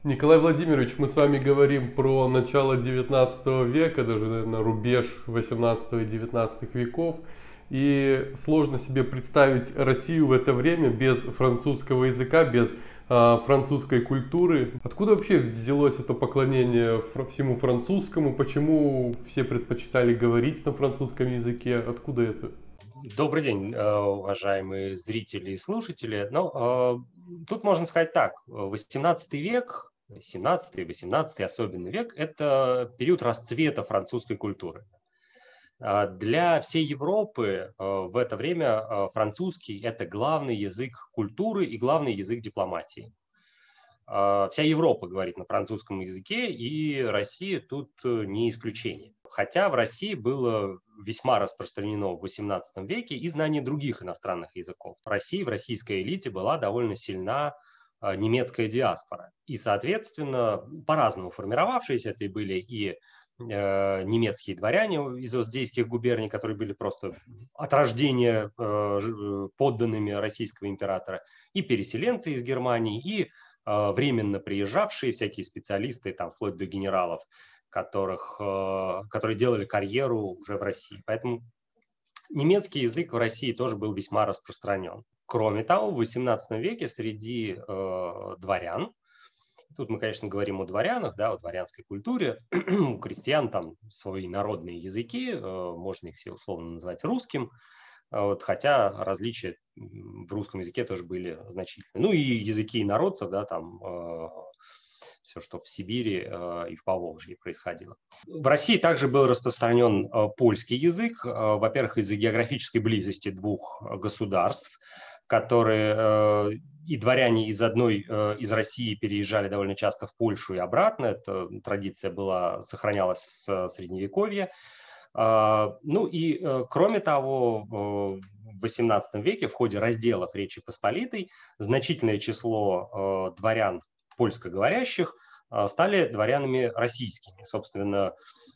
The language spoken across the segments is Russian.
Николай Владимирович, мы с вами говорим про начало XIX века, даже, наверное, рубеж XVIII и XIX веков. И сложно себе представить Россию в это время без французского языка, без французской культуры. Откуда вообще взялось это поклонение всему французскому? Почему все предпочитали говорить на французском языке? Откуда это? Добрый день, уважаемые зрители и слушатели. Тут можно сказать так. 18 век, 17-18 особенный век – это период расцвета французской культуры. Для всей Европы в это время французский – это главный язык культуры и главный язык дипломатии. Вся Европа говорит на французском языке, и Россия тут не исключение. Хотя в России было весьма распространено в XVIII веке и знание других иностранных языков. В России, в российской элите была довольно сильна немецкая диаспора. И, соответственно, по-разному формировавшиеся это и были и немецкие дворяне из Оздейских губерний, которые были просто от рождения подданными российского императора, и переселенцы из Германии, и временно приезжавшие всякие специалисты, там, вплоть до генералов, которые делали карьеру уже в России. Поэтому немецкий язык в России тоже был весьма распространен. Кроме того, в XVIII веке среди дворян, тут мы, конечно, говорим о дворянах, да, о дворянской культуре, у крестьян там свои народные языки, можно их все условно называть русским, хотя различия в русском языке тоже были значительны. Ну и языки инородцев, да, там все, что в Сибири и в Поволжье происходило. В России также был распространен польский язык, во-первых, из-за географической близости двух государств, которые и дворяне из России переезжали довольно часто в Польшу и обратно. Эта традиция сохранялась с Средневековья. Кроме того, в XVIII веке в ходе разделов Речи Посполитой значительное число дворян польскоговорящих стали дворянами российскими. Собственно,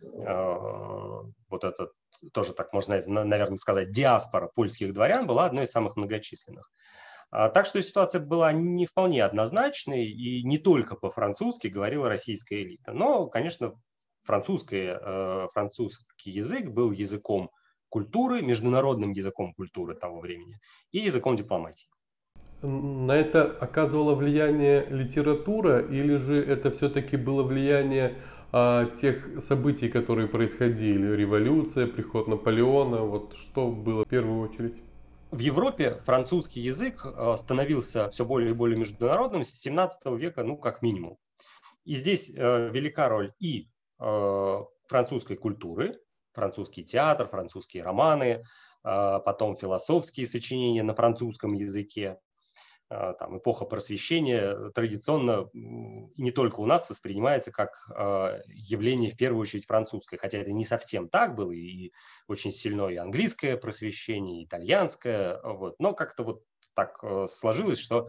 вот это тоже, так можно, наверное, сказать, диаспора польских дворян была одной из самых многочисленных. Так что ситуация была не вполне однозначной, и не только по-французски говорила российская элита. Но, конечно, французский язык был языком культуры, международным языком культуры того времени и языком дипломатии. На это оказывало влияние литература, или же это все-таки было влияние тех событий, которые происходили? Революция, приход Наполеона, вот что было в первую очередь? В Европе французский язык становился все более и более международным с XVII века, ну, как минимум. И здесь велика роль и французской культуры, французский театр, французские романы, потом философские сочинения на французском языке. Там, эпоха просвещения традиционно и не только у нас воспринимается как явление в первую очередь французское, хотя это не совсем так было, и очень сильно и английское просвещение, и итальянское, вот. Но как-то вот так сложилось, что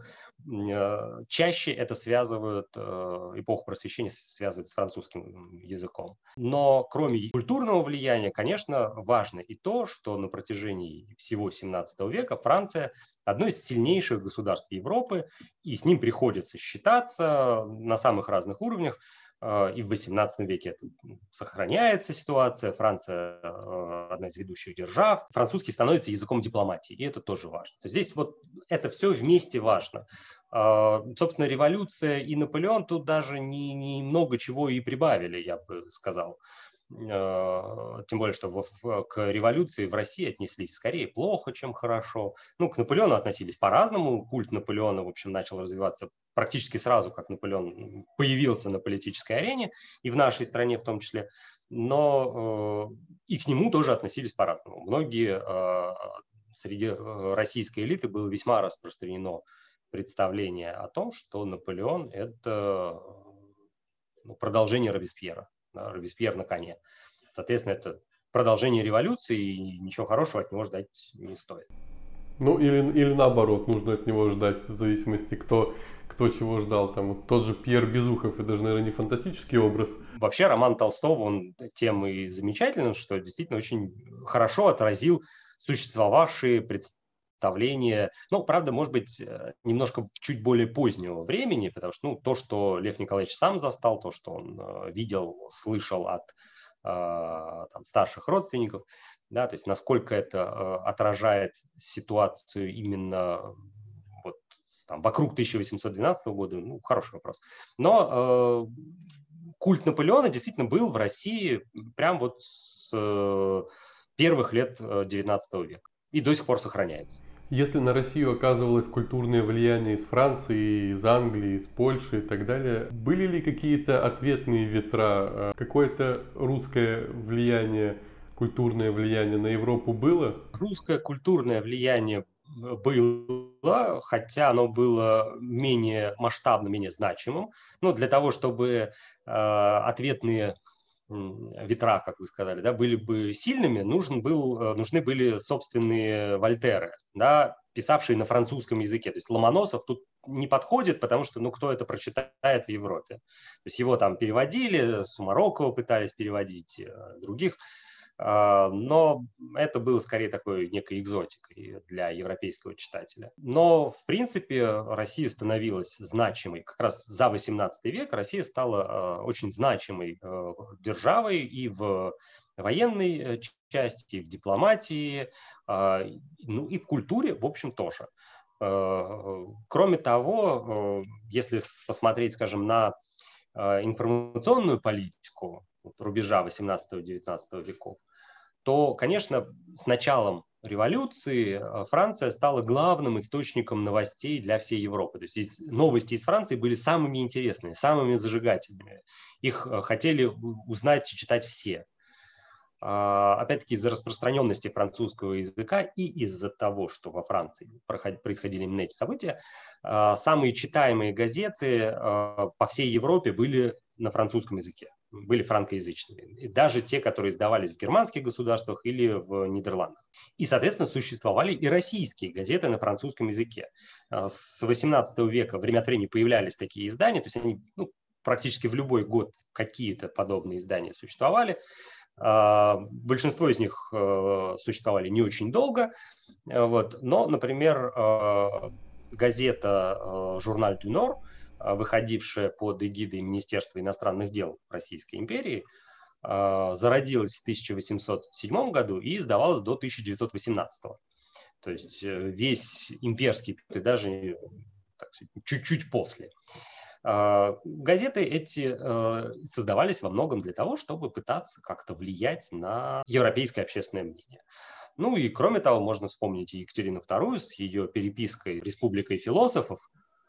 чаще это связывают, эпоху просвещения связывают с французским языком. Но кроме культурного влияния, конечно, важно и то, что на протяжении всего XVII века Франция одно из сильнейших государств Европы, и с ним приходится считаться на самых разных уровнях. И в XVIII веке это сохраняется ситуация. Франция одна из ведущих держав. Французский становится языком дипломатии, и это тоже важно. То есть здесь вот это все вместе важно. Собственно, революция и Наполеон тут даже не много чего и прибавили, я бы сказал. Тем более, что к революции в России отнеслись скорее плохо, чем хорошо. Ну, к Наполеону относились по-разному. Культ Наполеона, в общем, начал развиваться практически сразу, как Наполеон появился на политической арене, и в нашей стране в том числе. Но и к нему тоже относились по-разному. Многие среди российской элиты было весьма распространено представление о том, что Наполеон – это продолжение Робеспьера. Да, Робеспьер на коне. Соответственно, это продолжение революции, и ничего хорошего от него ждать не стоит. Ну, или наоборот, нужно от него ждать, в зависимости, кто чего ждал. Там вот тот же Пьер Безухов, это же, наверное, не фантастический образ. Вообще роман Толстого, он тем и замечателен, что действительно очень хорошо отразил существовавшие представление, ну, правда, может быть, немножко чуть более позднего времени, потому что, ну, то, что Лев Николаевич сам застал, то, что он видел, слышал от там, старших родственников, да, то есть насколько это отражает ситуацию именно вот там, вокруг 1812 года, ну, хороший вопрос. Но культ Наполеона действительно был в России прям вот с первых лет 19 века и до сих пор сохраняется. Если на Россию оказывалось культурное влияние из Франции, из Англии, из Польши и так далее, были ли какие-то ответные ветра? Какое-то русское влияние, культурное влияние на Европу было? Русское культурное влияние было, хотя оно было менее масштабным, менее значимым. Но для того, чтобы ответные ветра, как вы сказали, да, были бы сильными, нужны были собственные Вольтеры, да, писавшие на французском языке. То есть Ломоносов тут не подходит, потому что, ну, кто это прочитает в Европе? То есть его там переводили, Сумарокова пытались переводить, других, но это было скорее такой некой экзотикой для европейского читателя. Но, в принципе, Россия становилась значимой. Как раз за XVIII век Россия стала очень значимой державой и в военной части, и в дипломатии, ну и в культуре, в общем, тоже. Кроме того, если посмотреть, скажем, на информационную политику рубежа 18-19 веков, то, конечно, с началом революции Франция стала главным источником новостей для всей Европы. То есть новости из Франции были самыми интересными, самыми зажигательными. Их хотели узнать и читать все. Опять-таки из-за распространенности французского языка и из-за того, что во Франции происходили именно эти события, самые читаемые газеты по всей Европе были на французском языке, были франкоязычными. И даже те, которые издавались в германских государствах или в Нидерландах. И, соответственно, существовали и российские газеты на французском языке. С XVIII века время от времени появлялись такие издания, то есть они практически в любой год какие-то подобные издания существовали. Большинство из них существовали не очень долго, вот. Но, например, газета «Журналь дю Нор», выходившая под эгидой Министерства иностранных дел Российской империи, зародилась в 1807 году и издавалась до 1918. То есть весь имперский период и даже чуть-чуть после. Газеты эти создавались во многом для того, чтобы пытаться как-то влиять на европейское общественное мнение. Ну и кроме того, можно вспомнить и Екатерину II с ее перепиской «Республикой философов».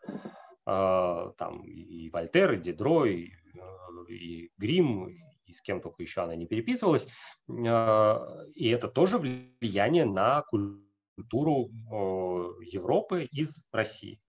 Там и Вольтер, и Дидро, и Грим, и с кем только еще она не переписывалась. И это тоже влияние на культуру Европы из России.